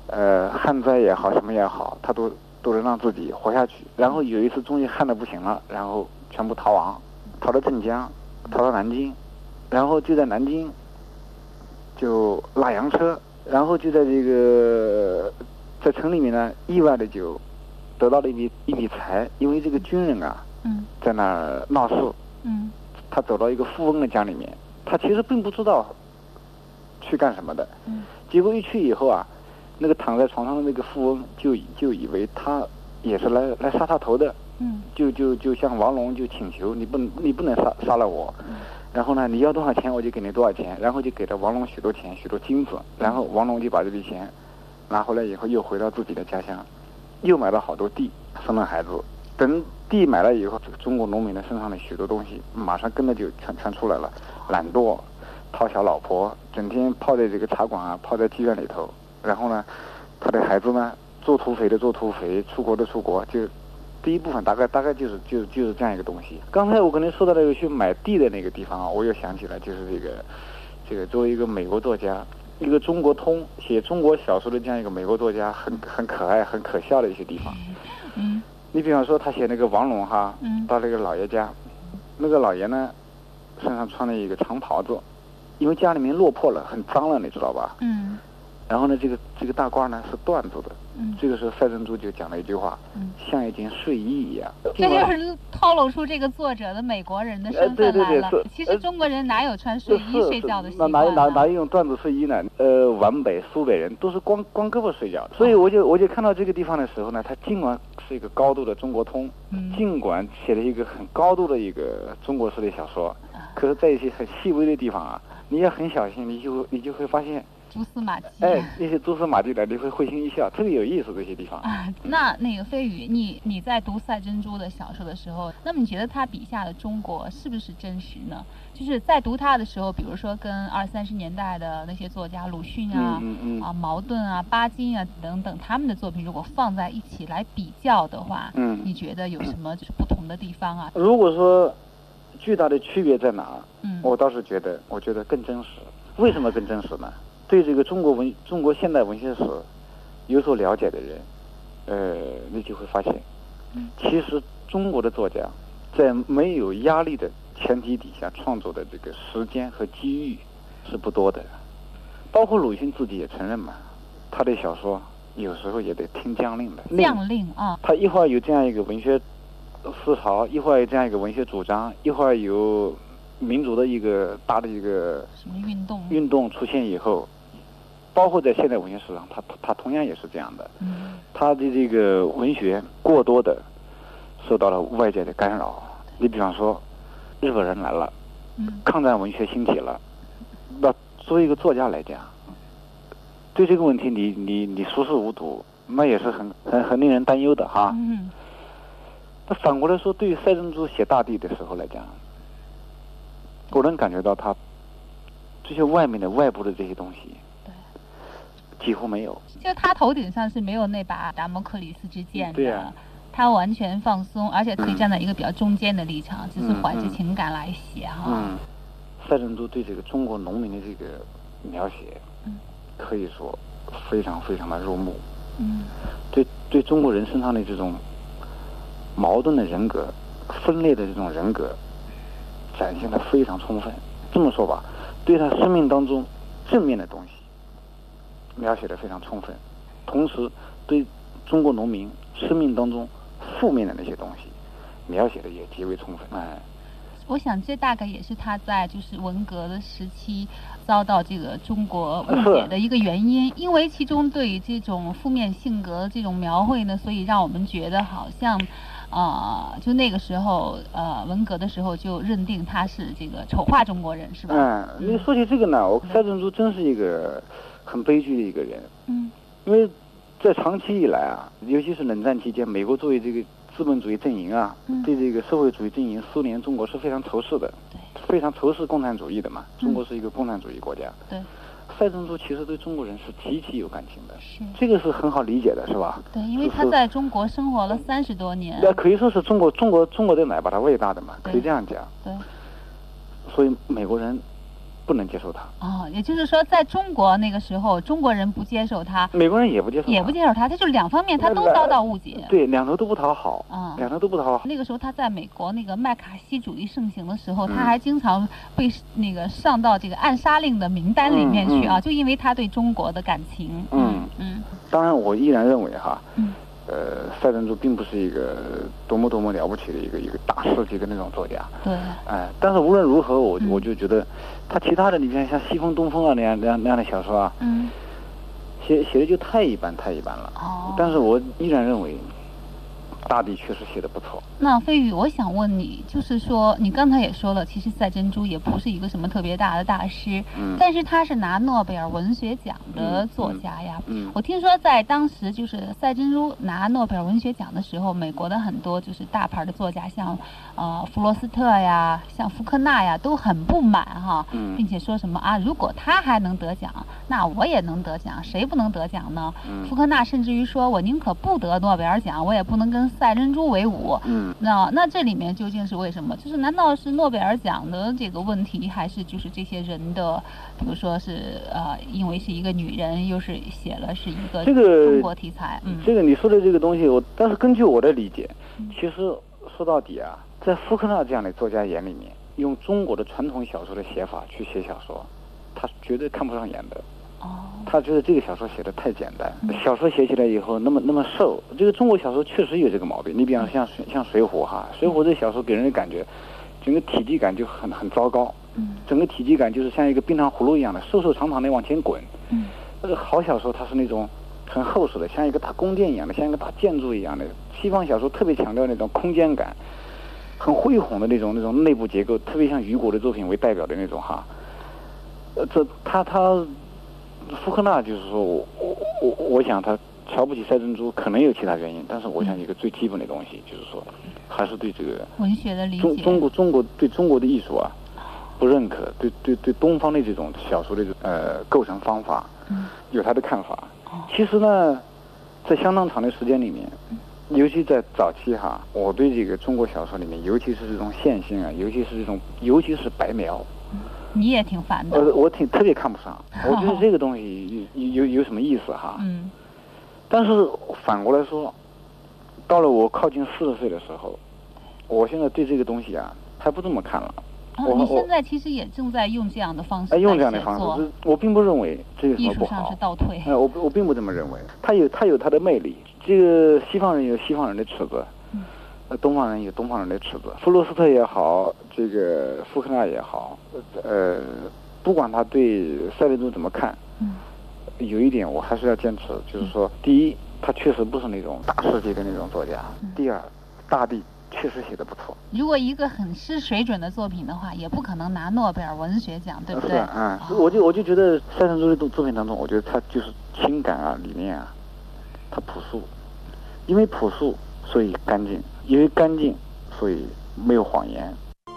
呃，旱灾也好，什么也好，他都都能让自己活下去。然后有一次终于旱得不行了，然后全部逃亡，逃到镇江，逃到南京，然后就在南京就拉洋车，然后就在这个在城里面呢，意外的就得到了一笔一笔财，因为这个军人啊， 嗯， 在那儿闹事， 嗯， 他走到一个富翁的家里面，他其实并不知道去干什么的， 嗯， 结果一去以后啊，那个躺在床上的那个富翁就就以为他也是来来杀他头的， 嗯， 就就就向王龙就请求你不你不能杀杀了我， 嗯， 然后呢你要多少钱我就给你多少钱，然后就给了王龙许多钱许多金子，然后王龙就把这笔钱拿回来以后又回到自己的家乡，又买了好多地，生了孩子。等地买了以后，这个中国农民的身上的许多东西马上跟着就全全出来了，懒惰，讨小老婆，整天泡在这个茶馆啊，泡在妓院里头。然后呢，他的孩子呢，做土匪的做土匪，出国的出国，就第一部分大概大概就是就是就是这样一个东西。刚才我跟您说到那个去买地的那个地方啊，我又想起来，就是这个这个作为一个美国作家，一个中国通写中国小说的这样一个美国作家，很很可爱很可笑的一些地方。 嗯， 你比方说他写那个王龙哈， 嗯， 到那个老爷家，那个老爷呢身上穿了一个长袍子，因为家里面落魄了，很脏了，你知道吧？ 嗯， 然后呢，这个这个大褂呢是缎子的， 嗯， 这个时候赛珍珠就讲了一句话， 嗯， 像一件睡衣一样。 这就是透露出这个作者的美国人的身份来了。 呃、对对对， 其实中国人哪有穿睡衣睡觉的习惯？ 那哪哪哪有用缎子睡衣呢？呃，皖北、苏北人都是光光胳膊睡觉，所以我就我就看到这个地方的时候呢，他尽管是一个高度的中国通， 嗯， 尽管写了一个很高度的一个中国式的小说，可是在一些很细微的地方啊，你要很小心，你就你就会发现蛛丝马迹， 哎，那些蛛丝马迹的，你会会心一笑，特别有意思这些地方。 啊，那那个飞宇，你你在读赛珍珠的小说的时候，那么你觉得他笔下的中国是不是真实呢？就是在读他的时候，比如说跟二三十年代的那些作家鲁迅啊、 嗯嗯嗯、 啊茅盾啊、巴金啊等等他们的作品，如果放在一起来比较的话， 嗯， 你觉得有什么就是不同的地方啊？ 如果说巨大的区别在哪？ 嗯， 我倒是觉得，我觉得更真实。为什么更真实呢？对这个中国文、中国现代文学史有所了解的人，呃，你就会发现，其实中国的作家在没有压力的前提底下创作的这个时间和机遇是不多的。包括鲁迅自己也承认嘛，他的小说有时候也得听将令的。 将令啊， 他一会儿有这样一个文学思潮，一会儿有这样一个文学主张，一会儿有民族的一个大的一个什么运动运动出现以后，包括在现代文学史上，他他同样也是这样的。 嗯， 他的这个文学过多的受到了外界的干扰。你比方说，日本人来了， 嗯， 抗战文学兴起了，那作为一个作家来讲，对这个问题你你你熟视无睹，那也是很很很令人担忧的哈。 嗯， 那反过来说，对于赛珍珠写大地的时候来讲，我能感觉到他这些外面的外部的这些东西， 对， 几乎没有。 就他头顶上是没有那把达摩克里斯之剑的。 对啊， 他完全放松，而且可以站在一个比较中间的立场， 嗯、 就是怀着情感来写哈。 嗯，赛珍珠对这个中国农民的这个描写， 嗯， 可以说非常非常的入目。 嗯， 对对中国人身上的这种矛盾的人格、分裂的这种人格，展现得非常充分。这么说吧，对他生命当中正面的东西描写得非常充分，同时对中国农民生命当中负面的那些东西描写的也极为充分。哎， 我想这大概也是他在就是文革的时期遭到这个中国误解的一个原因，因为其中对于这种负面性格这种描绘呢，所以让我们觉得好像啊、呃，就那个时候呃文革的时候就认定他是这个丑化中国人，是吧？ 嗯，你说起这个呢，我赛珍珠真是一个很悲剧的一个人。 嗯，因为在长期以来啊，尤其是冷战期间，美国作为这个资本主义阵营啊， 嗯、 对这个社会主义阵营苏联、中国是非常仇视的， 对， 非常仇视共产主义的嘛。中国是一个共产主义国家。 对， 赛珍珠其实对中国人是极其有感情的， 是这个是很好理解的，是吧？ 对，因为他在中国生活了三十多年。 那可以说是中国中国中国的奶把他喂大的嘛，可以这样讲。 对。 所以美国人不能接受他。 哦，也就是说，在中国那个时候，中国人不接受他， 美国人也不接受他， 也不接受他，他就是两方面他都遭到误解。 对，两头都不讨好。 嗯， 两头都不讨好。 那个时候他在美国那个麦卡锡主义盛行的时候， 嗯、 他还经常被那个上到这个暗杀令的名单里面去啊， 嗯嗯、 就因为他对中国的感情。 嗯嗯。 当然，我依然认为哈。 嗯。 呃，赛珍珠并不是一个多么多么了不起的一个一个大师级的那种作家。 对。 哎、呃，但是无论如何，我、 嗯、 我就觉得，他其他的，你看像西风东风啊那样那样那样的小说啊， 嗯， 写写的就太一般太一般了。 哦。 但是我依然认为，大地确实写的不错。 那飞宇，我想问你，就是说，你刚才也说了，其实赛珍珠也不是一个什么特别大的大师， 嗯， 但是他是拿诺贝尔文学奖的作家呀。 嗯，嗯嗯我听说在当时就是赛珍珠拿诺贝尔文学奖的时候，美国的很多就是大牌的作家，像呃弗罗斯特呀，像福克纳呀，都很不满哈， 嗯， 并且说什么啊，如果他还能得奖，那我也能得奖，谁不能得奖呢？ 嗯， 福克纳甚至于说我宁可不得诺贝尔奖，我也不能跟赛珍珠为伍。 嗯， 那那这里面究竟是为什么？就是难道是诺贝尔奖的这个问题，还是就是这些人的，比如说是呃，因为是一个女人，又是写了是一个这个中国题材？嗯， 这个你说的这个东西，我但是根据我的理解， 嗯、 其实说到底啊，在福克纳这样的作家眼里面，用中国的传统小说的写法去写小说，他绝对看不上眼的。 哦， 他觉得这个小说写的太简单， 嗯、 小说写起来以后那么那么瘦。这个中国小说确实有这个毛病。你比方说像水像水浒哈，水浒这小说给人的感觉，整个体积感就很很糟糕。 嗯， 整个体积感就是像一个冰糖葫芦一样的，瘦瘦长长的往前滚。 嗯， 那个好小说它是那种很厚实的，像一个大宫殿一样的，像一个大建筑一样的。西方小说特别强调那种空间感，很恢宏的那种那种内部结构，特别像雨果的作品为代表的那种哈。呃，这他他。福克纳就是说我我我我想他瞧不起赛珍珠，可能有其他原因，但是我想一个最基本的东西就是说，还是对这个文学的理解， 中中国中国对中国的艺术啊不认可，对对对东方的这种小说的呃构成方法， 嗯， 有他的看法。其实呢，在相当长的时间里面，尤其在早期哈，我对这个中国小说里面，尤其是这种线性啊，尤其是这种，尤其是白描。 你也挺烦的。 我我挺特别看不上，我觉得这个东西有有有什么意思哈？ 嗯。 但是反过来说，到了我靠近四十岁的时候，我现在对这个东西啊，还不这么看了。 啊，你现在其实也正在用这样的方式。 哎，用这样的方式，我并不认为这个什么不好。 艺术上是倒退。 哎，我我并不这么认为，它有它有它的魅力。这个西方人有西方人的尺子。 嗯。 呃，东方人有东方人的尺子，弗罗斯特也好，这个福克纳也好，呃，不管他对赛珍珠怎么看， 嗯， 有一点我还是要坚持，就是说，第一，他确实不是那种大师级的那种作家； 嗯、 第二，大地确实写得不错。 如果一个很失水准的作品的话，也不可能拿诺贝尔文学奖，对不对？ 是啊，嗯，哦、我就我就觉得赛珍珠的作品当中，我觉得他就是情感啊、理念啊，他朴素，因为朴素，所以干净。因为干净，所以没有谎言。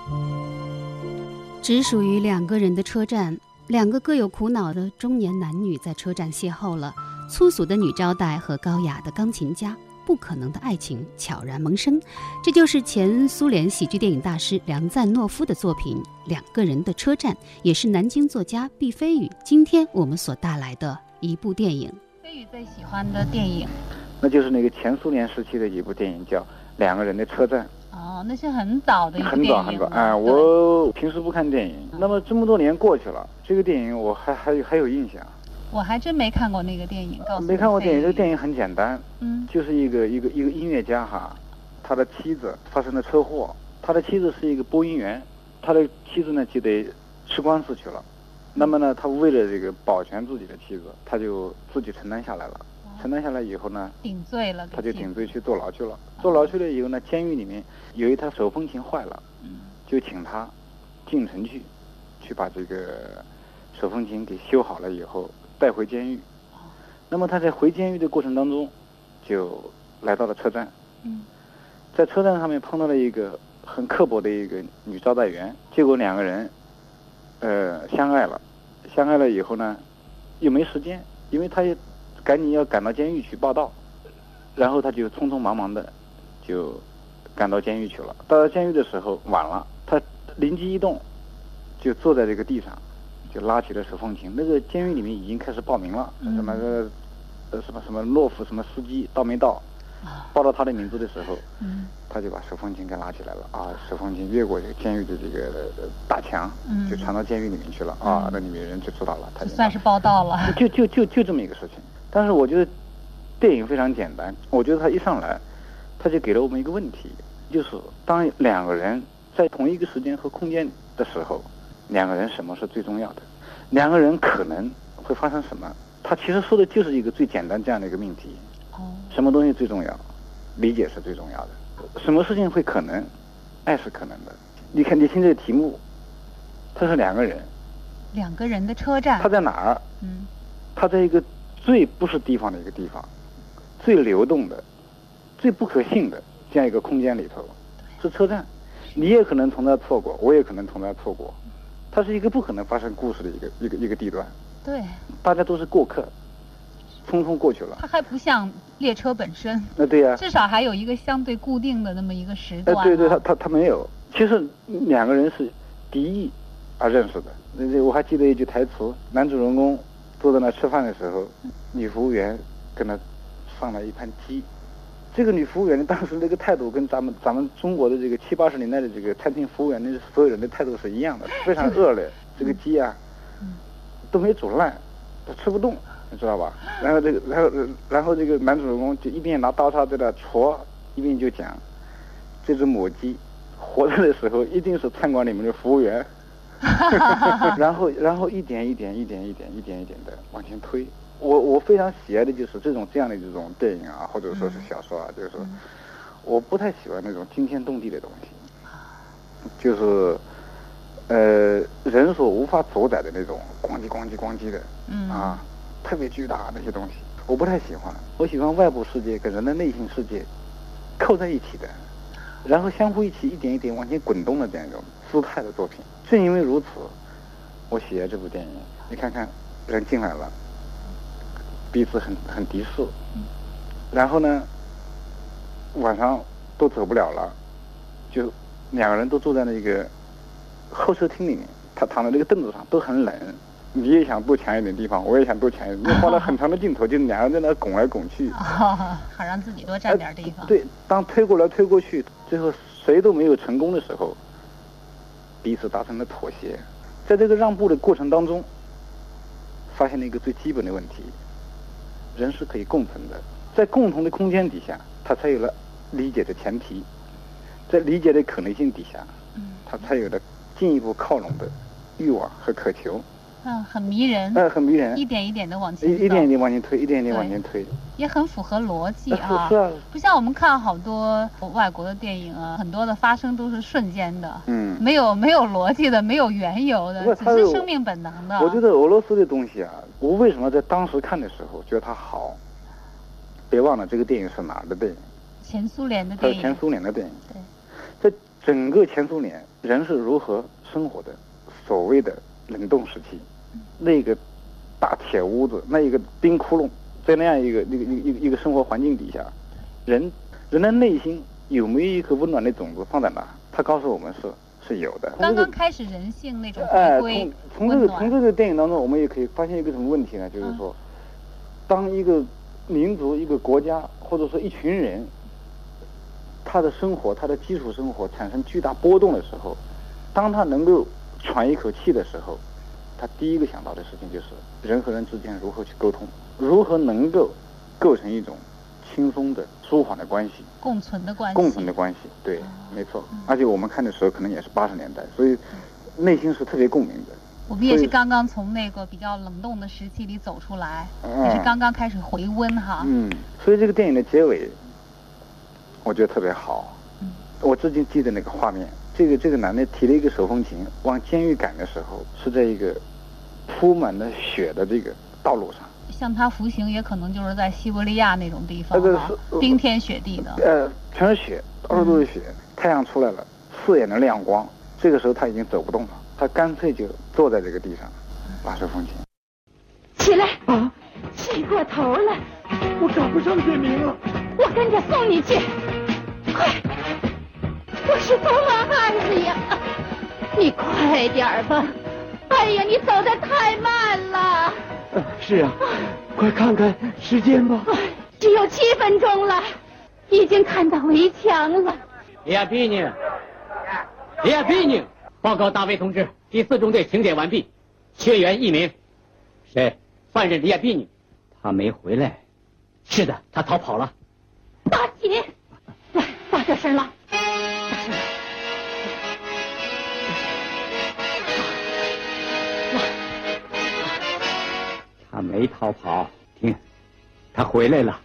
只属于两个人的车站，两个各有苦恼的中年男女在车站邂逅了。粗俗的女招待和高雅的钢琴家，不可能的爱情悄然萌生。这就是前苏联喜剧电影大师梁赞诺夫的作品《两个人的车站》，也是南京作家毕飞宇今天我们所带来的一部电影。 飞宇最喜欢的电影， 那就是那个前苏联时期的一部电影，叫两个人的车站。 哦，那是很早的一部电影，很早很早。哎，我平时不看电影，嗯、那么这么多年过去了，这个电影我还还还有印象。 我还真没看过那个电影，告诉没看过电影。这个电影很简单， 嗯， 就是一个一个一个音乐家哈，他的妻子发生了车祸，他的妻子是一个播音员，他的妻子呢就得吃官司去了。那么呢，他为了这个保全自己的妻子，他就自己承担下来了。承担下来以后呢， 顶罪了， 他就顶罪去坐牢去了。坐牢去了以后呢，监狱里面有一台手风琴坏了，就请他进城去，去把这个手风琴给修好了以后带回监狱。那么他在回监狱的过程当中，就来到了车站。在车站上面碰到了一个很刻薄的一个女招待员，结果两个人，呃，相爱了。相爱了以后呢，又没时间，因为他也赶紧要赶到监狱去报到，然后他就匆匆忙忙的就赶到监狱去了。到了监狱的时候晚了，他灵机一动，就坐在这个地上， 就拉起了手风琴。那个监狱里面已经开始报名了，嗯、什么呃什么什么洛夫什么司机到没到？报到他的名字的时候，嗯，他就把手风琴给拉起来了啊！手风琴越过这个监狱的这个大墙，嗯，就传到监狱里面去了啊！那里面人就知道了，他就算是报道了。 就就就就这么一个事情。但是我觉得电影非常简单，我觉得他一上来，他就给了我们一个问题，就是当两个人在同一个时间和空间的时候，两个人什么是最重要的？两个人可能会发生什么？他其实说的就是一个最简单这样的一个命题。什么东西最重要？理解是最重要的。什么事情会可能？爱是可能的。你看，你听这个题目，他是两个人， 两个人的车站。 他在哪儿？ 嗯， 他在一个最不是地方的一个地方，最流动的、最不可信的这样一个空间里头，是车站。你也可能从那错过，我也可能从那错过。它是一个不可能发生故事的一个一个一个地段。 对， 大家都是过客。匆匆过去了， 它还不像列车本身。 那对呀、啊， 至少还有一个相对固定的那么一个时段、啊。 哎，对对，他他他没有。其实两个人是敌意而认识的。那我还记得一句台词：男主人公坐在那吃饭的时候，女服务员跟他上了一盘鸡。这个女服务员当时那个态度跟咱们咱们中国的这个七八十年代的这个餐厅服务员的所有人的态度是一样的，非常恶劣。这个鸡啊，都没煮烂，都吃不动。你知道吧？然后这个，然后然后这个男主人公就一边拿刀叉在那戳，一边就讲，这只母鸡活着的时候一定是餐馆里面的服务员，然后然后一点一点一点一点一点一点的往前推。我我非常喜爱的就是这种这样的这种电影啊，或者说是小说啊，就是说我不太喜欢那种惊天动地的东西，就是呃人所无法主宰的那种咣叽咣叽咣叽的，嗯啊。特别巨大那些东西，我不太喜欢。我喜欢外部世界跟人的内心世界扣在一起的，然后相互一起一点一点往前滚动的这样一种姿态的作品。正因为如此，我喜爱这部电影。你看看，人进来了，彼此很很敌视，然后呢，晚上都走不了了，就两个人都坐在那个候车厅里面，他躺在那个凳子上，都很冷。你也想多抢一点地方，我也想多抢一点，你花了很长的镜头，就两个人在那拱来拱去， 哦，好让自己多占点地方。 对，当推过来推过去，最后谁都没有成功的时候，彼此达成了妥协。在这个让步的过程当中，发现了一个最基本的问题：人是可以共存的，在共同的空间底下，他才有了理解的前提，在理解的可能性底下，他才有了进一步靠拢的欲望和渴求。 嗯，很迷人。 嗯，很迷人。 一点一点的往前， 一一点一点往前推，一点一点往前推， 也很符合逻辑啊。 是啊。 不像我们看好多外国的电影啊，很多的发生都是瞬间的， 嗯， 没有没有逻辑的，没有缘由的，只是生命本能的。 我觉得俄罗斯的东西啊，我为什么在当时看的时候觉得它好？别忘了这个电影是哪儿的电影？ 前苏联的电影。 它是前苏联的电影。 对。 在整个前苏联，人是如何生活的？所谓的冷冻时期。那个大铁屋子，那一个冰窟窿，在那样一个一个一个一个生活环境底下，人人的内心有没有一颗温暖的种子放在哪？他告诉我们是是有的。 刚刚开始人性那种回归。 哎，从从这个从这个电影当中，我们也可以发现一个什么问题呢？就是说，当一个民族、一个国家，或者说一群人，他的生活、他的基础生活产生巨大波动的时候，当他能够喘一口气的时候。他第一个想到的事情就是人和人之间如何去沟通，如何能够构成一种轻松的、舒缓的关系， 共存的关系， 共存的关系，对，哦、没错。而且我们看的时候可能也是八十年代，所以内心是特别共鸣的。 我们也是刚刚从那个比较冷冻的时期里走出来，嗯、也是刚刚开始回温哈。 嗯，所以这个电影的结尾，我觉得特别好。嗯，我至今记得那个画面，这个这个男的提了一个手风琴往监狱赶的时候，是在一个铺满了雪的这个道路上， 像他服刑也可能就是在西伯利亚那种地方，那个是、呃、冰天雪地的， 呃，全是雪，到处都是雪，嗯、太阳出来了，刺眼的亮光。这个时候他已经走不动了，他干脆就坐在这个地上，拉手风琴。 起来啊！起过头了， 我找不上点名了， 我跟着送你去。快，我是多大汉子呀！你快点吧。 哎呀，你走得太慢了。 呃、是啊，快看看时间吧。 只有七分钟了，已经看到围墙了。 李亚比宁，李亚比宁，报告大卫同志，第四中队清点完毕，缺员一名。谁？犯人李亚比宁。他没回来。是的，他逃跑了。 大姐，来，大点声了。大声了。 他没逃跑，听，他回来了。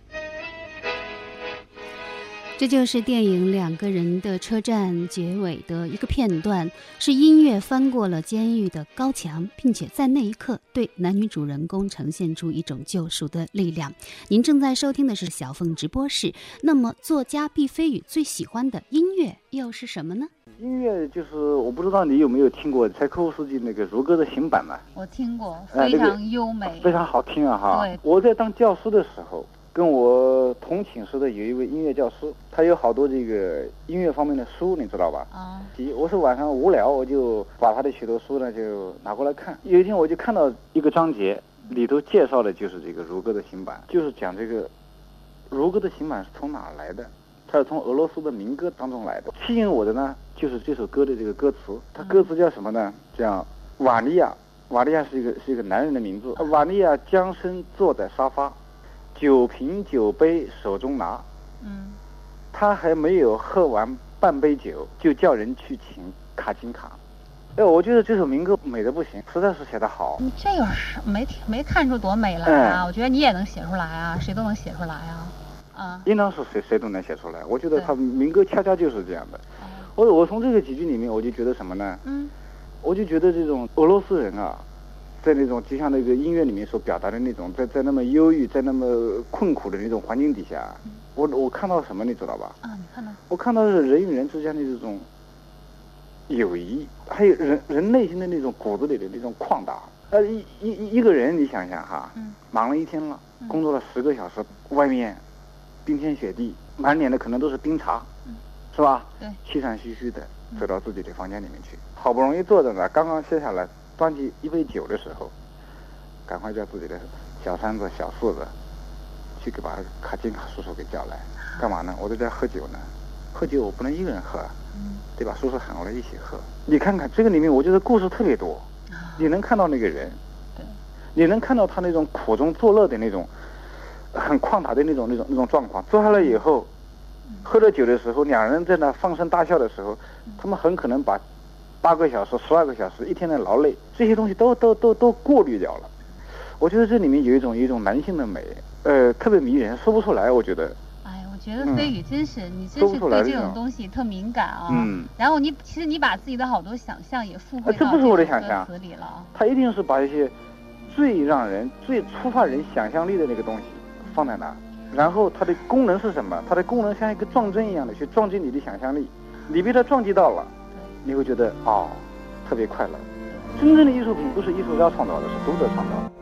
这就是电影《两个人的车站》结尾的一个片段，是音乐翻过了监狱的高墙，并且在那一刻对男女主人公呈现出一种救赎的力量。您正在收听的是小凤直播室。那么，作家毕飞宇最喜欢的音乐又是什么呢？ 音乐就是我不知道你有没有听过柴可夫斯基那个《如歌的新版》呢？ 我听过，非常优美， 呃那个、非常好听啊！哈， 对， 我在当教师的时候。跟我同寝室的有一位音乐教师，他有好多这个音乐方面的书，你知道吧？啊，我是晚上无聊，我就把他的许多书呢就拿过来看。有一天我就看到一个章节，里头介绍的就是这个如歌的新版，就是讲这个如歌的新版是从哪儿来的，它是从俄罗斯的民歌当中来的。吸引我的呢，就是这首歌的这个歌词，它歌词叫什么呢？叫瓦利亚，瓦利亚是一个是一个男人的名字。瓦利亚将身坐在沙发。酒瓶酒杯手中拿，嗯，他还没有喝完半杯酒，就叫人去请卡金卡。哎，我觉得这首民歌美得不行，实在是写得好。 你这有什没没看出多美来啊？嗯、我觉得你也能写出来啊，谁都能写出来啊。啊， 应当是谁谁都能写出来。我觉得他民歌恰恰就是这样的。我我从这个几句里面，我就觉得什么呢？嗯，我就觉得这种俄罗斯人啊。在那种就像那个音乐里面所表达的那种，在在那么忧郁，在那么困苦的那种环境底下，嗯、我我看到什么你知道吧？ 啊，你看到？ 我看到是人与人之间的这种友谊，还有人人内心的那种骨子里的那种旷达。呃，一一一个人，你想想哈，嗯、忙了一天了，工作了十个小时，外面冰天雪地，满脸的可能都是冰碴，嗯、是吧？对，气喘吁吁的走到自己的房间里面去，好不容易坐着呢，刚刚歇下来。端起一杯酒的时候，赶快叫自己的小三子、小四子去给把卡金卡叔叔给叫来，干嘛呢？我在这喝酒呢，喝酒我不能一个人喝，得把叔叔喊过来一起喝。你看看这个里面，我觉得故事特别多，你能看到那个人，你能看到他那种苦中作乐的那种很旷达的那种那种那种状况。坐下来以后，喝了酒的时候，两人在那放声大笑的时候，他们很可能把八个小时、十二个小时一天的劳累，这些东西都都都都过滤掉了。我觉得这里面有一种一种男性的美，呃，特别迷人，说不出来。我觉得。 哎，我觉得飞宇真是、嗯、你真是对这种东西特敏感啊。嗯。然后你其实你把自己的好多想象也附会到这个歌词里了。 他一定是把一些最让人、最触发人想象力的那个东西放在那，然后它的功能是什么？它的功能像一个撞针一样的去撞击你的想象力，你被它撞击到了。你会觉得哦，特别快乐。真正的艺术品不是艺术家创造的，是读者创造的。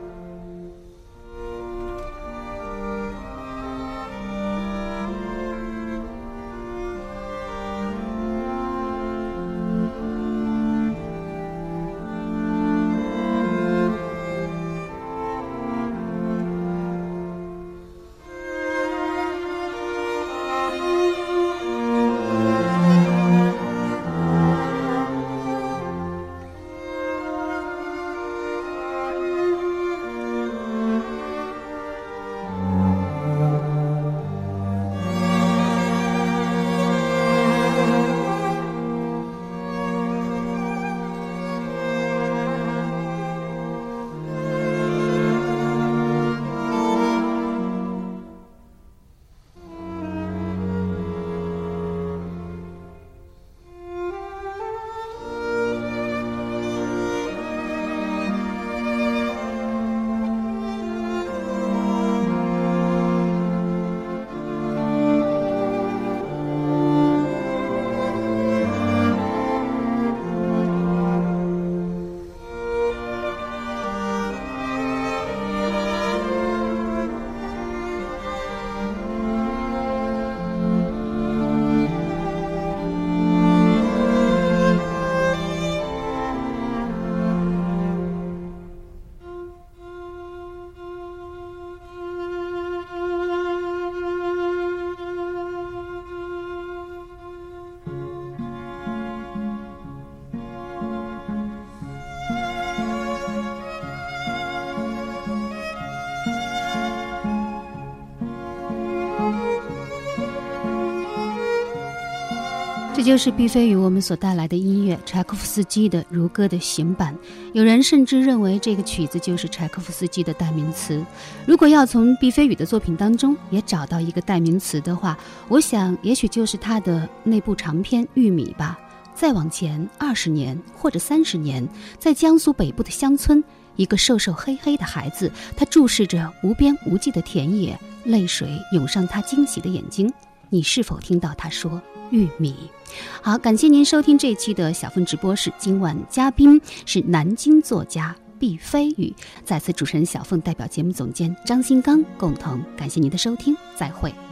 这就是毕飞宇我们所带来的音乐，柴可夫斯基的《如歌》的行版。有人甚至认为这个曲子就是柴可夫斯基的代名词。如果要从毕飞宇的作品当中也找到一个代名词的话，我想也许就是他的那部长篇《玉米》吧。再往前二十年或者三十年，在江苏北部的乡村，一个瘦瘦黑黑的孩子，他注视着无边无际的田野，泪水涌上他惊喜的眼睛。你是否听到他说玉米？好，感谢您收听这一期的小凤直播室，今晚嘉宾是南京作家毕飞宇。在此主持人小凤代表节目总监张新刚共同感谢您的收听，再会。